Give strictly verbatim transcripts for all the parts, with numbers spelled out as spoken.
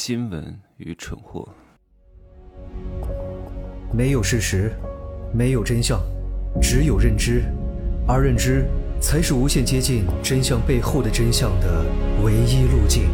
新闻与蠢货。 没有事实，没有真相，只有认知，而认知才是无限接近真相背后的真相的唯一路径。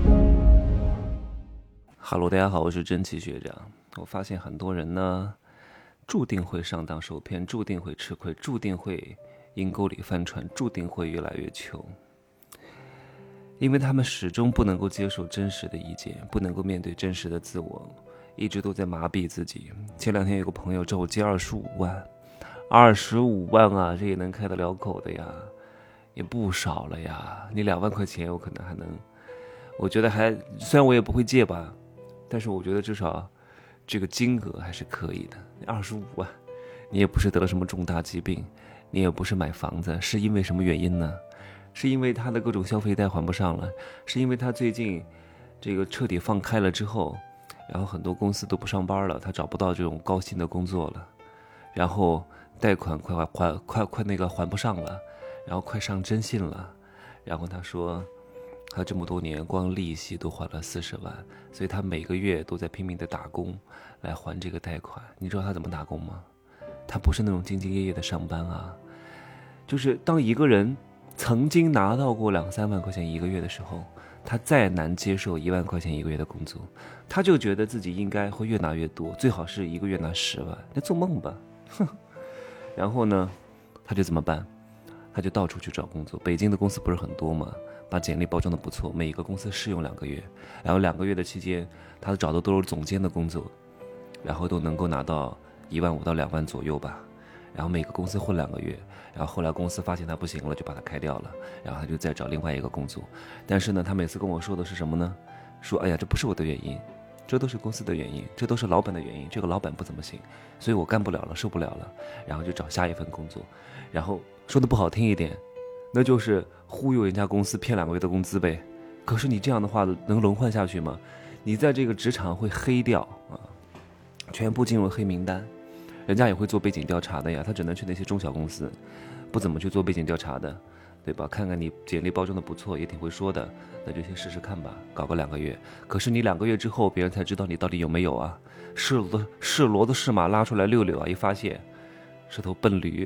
哈喽，大家好，我是真奇学长。我发现很多人呢，注定会上当受骗，注定会吃亏，注定会阴沟里翻船，注定会越来越穷。因为他们始终不能够接受真实的意见，不能够面对真实的自我，一直都在麻痹自己。前两天有个朋友找我借二十五万，二十五万啊，这也能开得了口的呀，也不少了呀。你两万块钱，我可能还能，我觉得还，虽然我也不会借吧，但是我觉得至少这个金额还是可以的。二十五万，你也不是得了什么重大疾病，你也不是买房子，是因为什么原因呢？是因为他的各种消费贷还不上了，是因为他最近这个彻底放开了之后，然后很多公司都不上班了，他找不到这种高薪的工作了，然后贷款快还快快快那个还不上了，然后快上征信了，然后他说他这么多年光利息都还了四十万，所以他每个月都在拼命的打工来还这个贷款。你知道他怎么打工吗？他不是那种兢兢业业的上班啊，就是当一个人曾经拿到过两三万块钱一个月的时候，他再难接受一万块钱一个月的工作，他就觉得自己应该会越拿越多，最好是一个月拿十万，那做梦吧！然后呢，他就怎么办？他就到处去找工作。北京的公司不是很多吗？把简历包装的不错，每一个公司试用两个月，然后两个月的期间，他找的都是总监的工作，然后都能够拿到一万五到两万左右吧。然后每个公司混两个月，然后后来公司发现他不行了，就把他开掉了，然后他就再找另外一个工作。但是呢，他每次跟我说的是什么呢？说哎呀，这不是我的原因，这都是公司的原因，这都是老板的原因，这个老板不怎么行，所以我干不了了，受不了了，然后就找下一份工作。然后说的不好听一点，那就是忽悠人家公司骗两个月的工资呗。可是你这样的话能轮换下去吗？你在这个职场会黑掉啊，全部进入黑名单。人家也会做背景调查的呀，他只能去那些中小公司，不怎么去做背景调查的，对吧？看看你简历包装的不错，也挺会说的，那就先试试看吧，搞个两个月。可是你两个月之后，别人才知道你到底有没有啊？是骡子是骡子是马拉出来溜溜啊，一发现是头笨驴，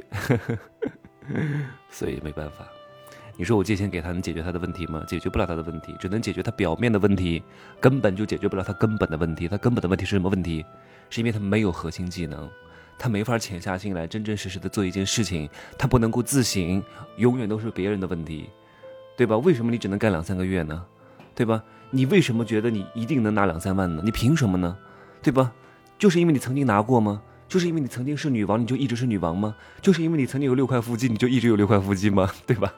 所以没办法。你说我借钱给他能解决他的问题吗？解决不了他的问题，只能解决他表面的问题，根本就解决不了他根本的问题。他根本的问题是什么问题？是因为他没有核心技能。他没法潜下心来真真实实的做一件事情，他不能够自省，永远都是别人的问题，对吧？为什么你只能干两三个月呢？对吧？你为什么觉得你一定能拿两三万呢？你凭什么呢？对吧？就是因为你曾经拿过吗？就是因为你曾经是女王，你就一直是女王吗？就是因为你曾经有六块腹肌，你就一直有六块腹肌吗？对吧？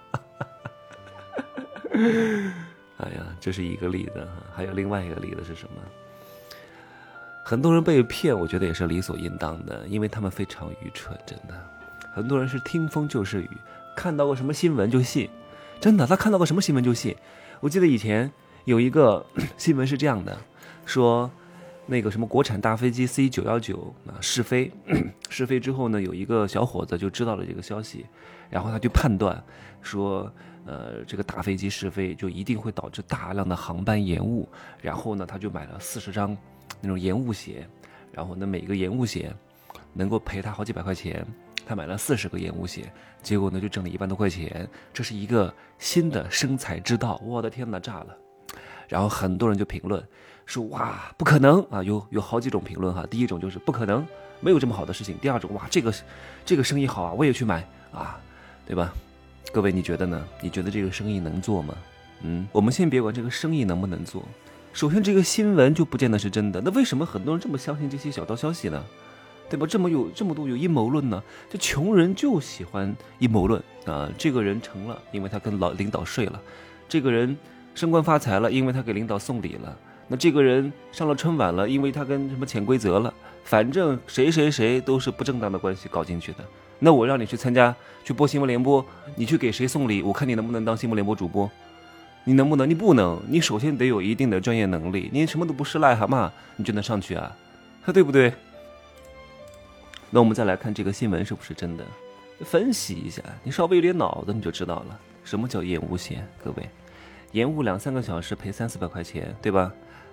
哎呀，这是一个例子，还有另外一个例子是什么？很多人被骗，我觉得也是理所应当的，因为他们非常愚蠢，真的。很多人是听风就是雨，看到过什么新闻就信，真的，他看到过什么新闻就信。我记得以前有一个新闻是这样的，说那个什么国产大飞机 C 九一九 啊试飞，试飞之后呢，有一个小伙子就知道了这个消息，然后他就判断说，呃，这个大飞机试飞就一定会导致大量的航班延误，然后呢，他就买了四十张那种延误险，然后呢每个延误险能够赔他好几百块钱，他买了四十个延误险，结果呢就挣了一万多块钱，这是一个新的生财之道，我的天哪，炸了！然后很多人就评论说哇不可能啊，有有好几种评论哈，第一种就是不可能，没有这么好的事情，第二种哇这个这个生意好啊，我也去买啊，对吧？各位你觉得呢？你觉得这个生意能做吗？嗯，我们先别管这个生意能不能做。首先这个新闻就不见得是真的，那为什么很多人这么相信这些小道消息呢？对吧？这么有这么多有阴谋论呢？这穷人就喜欢阴谋论啊！这个人成了，因为他跟老领导睡了；这个人升官发财了，因为他给领导送礼了；那这个人上了春晚了，因为他跟什么潜规则了。反正谁谁谁都是不正当的关系搞进去的。那我让你去参加去播新闻联播，你去给谁送礼？我看你能不能当新闻联播主播。你能不能？你不能。你首先得有一定的专业能力，你什么都不是，癞蛤蟆你就能上去啊？对不对？那我们再来看这个新闻是不是真的，分析一下，你稍微有点脑子你就知道了，什么叫延误险？各位，延误两三个小时赔三四百块钱，对吧？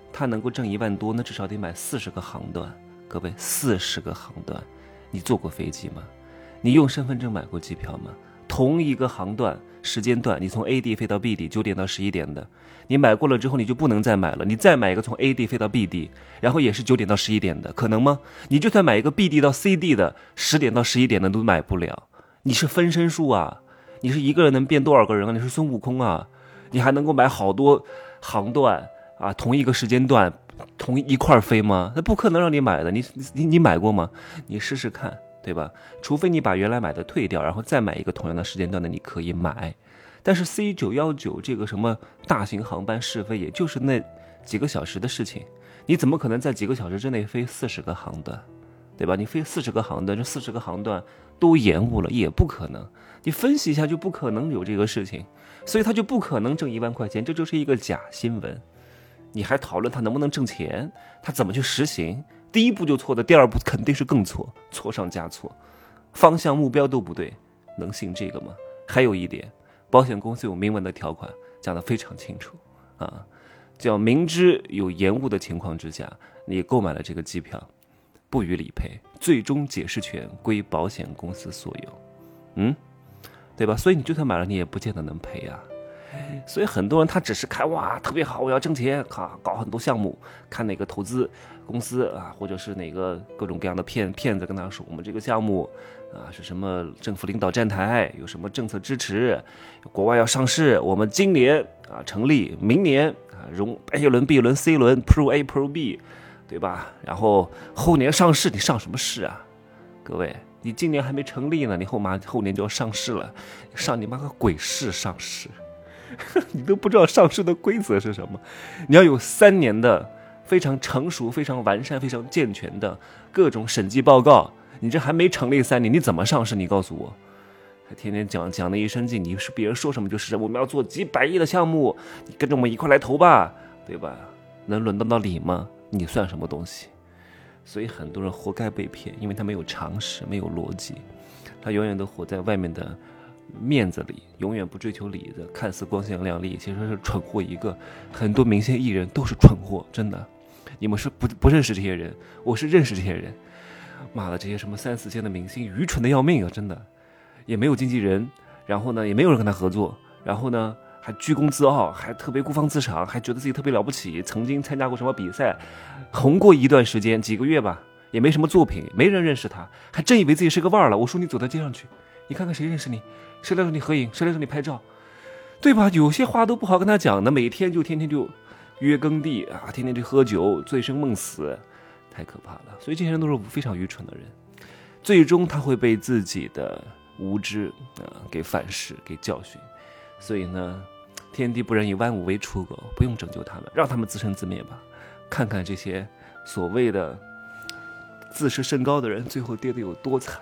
他能够挣一万多，那至少得买四十个航段。各位，四十个航段，你坐过飞机吗？你用身份证买过机票吗？同一个航段时间段，你从 A 地飞到 B 地，九点到十一点的，你买过了之后，你就不能再买了。你再买一个从 A 地飞到 B 地，然后也是九点到十一点的，可能吗？你就算买一个 B 地到 C 地的，十点到十一点的都买不了。你是分身术啊？你是一个人能变多少个人啊？你是孙悟空啊？你还能够买好多航段啊？同一个时间段，同一块飞吗？那不可能让你买的。你你你买过吗？你试试看。对吧？除非你把原来买的退掉，然后再买一个同样的时间段的，你可以买。但是 C 九一九 这个什么大型航班试飞，也就是那几个小时的事情，你怎么可能在几个小时之内飞四十个航段？对吧？你飞四十个航段，这四十个航段都延误了，也不可能。你分析一下，就不可能有这个事情，所以他就不可能挣一万块钱，这就是一个假新闻。你还讨论他能不能挣钱，他怎么去实行？第一步就错的，第二步肯定是更错，错上加错，方向目标都不对，能信这个吗？还有一点，保险公司有明文的条款讲得非常清楚啊，叫明知有延误的情况之下，你购买了这个机票，不予理赔，最终解释权归保险公司所有，嗯，对吧？所以你就算买了，你也不见得能赔啊。所以很多人他只是看哇特别好，我要挣钱，卡搞很多项目，看哪个投资公司啊，或者是哪个各种各样的骗骗子跟他说我们这个项目啊是什么政府领导站台，有什么政策支持，国外要上市，我们今年啊成立，明年啊融 A 轮 B 轮 C 轮 Pro A Pro B， 对吧？然后后年上市，你上什么市啊？各位，你今年还没成立呢，你后妈后年就要上市了，上你妈个鬼市上市！你都不知道上市的规则是什么，你要有三年的非常成熟、非常完善、非常健全的各种审计报告。你这还没成立三年，你怎么上市？你告诉我，还天天讲讲的一身劲，你是别人说什么就是我们要做几百亿的项目，你跟着我们一块来投吧，对吧？能轮得到你吗？你算什么东西？所以很多人活该被骗，因为他没有常识，没有逻辑，他永远都活在外面的面子里，永远不追求里子，看似光鲜亮丽，其实是蠢货一个。很多明星艺人都是蠢货，真的。你们是不不认识这些人，我是认识这些人。妈的，这些什么三四线的明星，愚蠢的要命啊！真的，也没有经纪人，然后呢，也没有人跟他合作，然后呢，还居功自傲，还特别孤芳自赏，还觉得自己特别了不起，曾经参加过什么比赛，红过一段时间，几个月吧，也没什么作品，没人认识他，还真以为自己是个腕儿了。我说你走到街上去，你看看谁认识你，谁来和你合影，谁来和你拍照，对吧？有些话都不好跟他讲的，每天就天天就约耕地啊，天天去喝酒，醉生梦死，太可怕了。所以这些人都是非常愚蠢的人，最终他会被自己的无知啊给反噬，给教训。所以呢，天地不仁，以万物为刍狗，不用拯救他们，让他们自生自灭吧。看看这些所谓的自视甚高的人，最后跌得有多惨。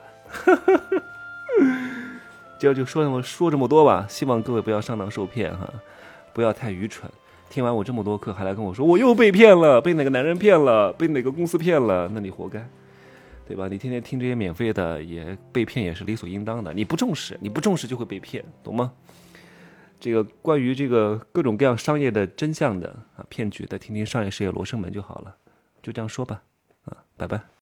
今儿就说这么说这么多吧，希望各位不要上当受骗哈，不要太愚蠢。听完我这么多课，还来跟我说我又被骗了，被哪个男人骗了，被哪个公司骗了，那你活该，对吧？你天天听这些免费的，也被骗也是理所应当的。你不重视，你不重视就会被骗，懂吗？这个关于这个各种各样商业的真相的啊骗局的，听听商业世界罗生门就好了，就这样说吧，啊，拜拜。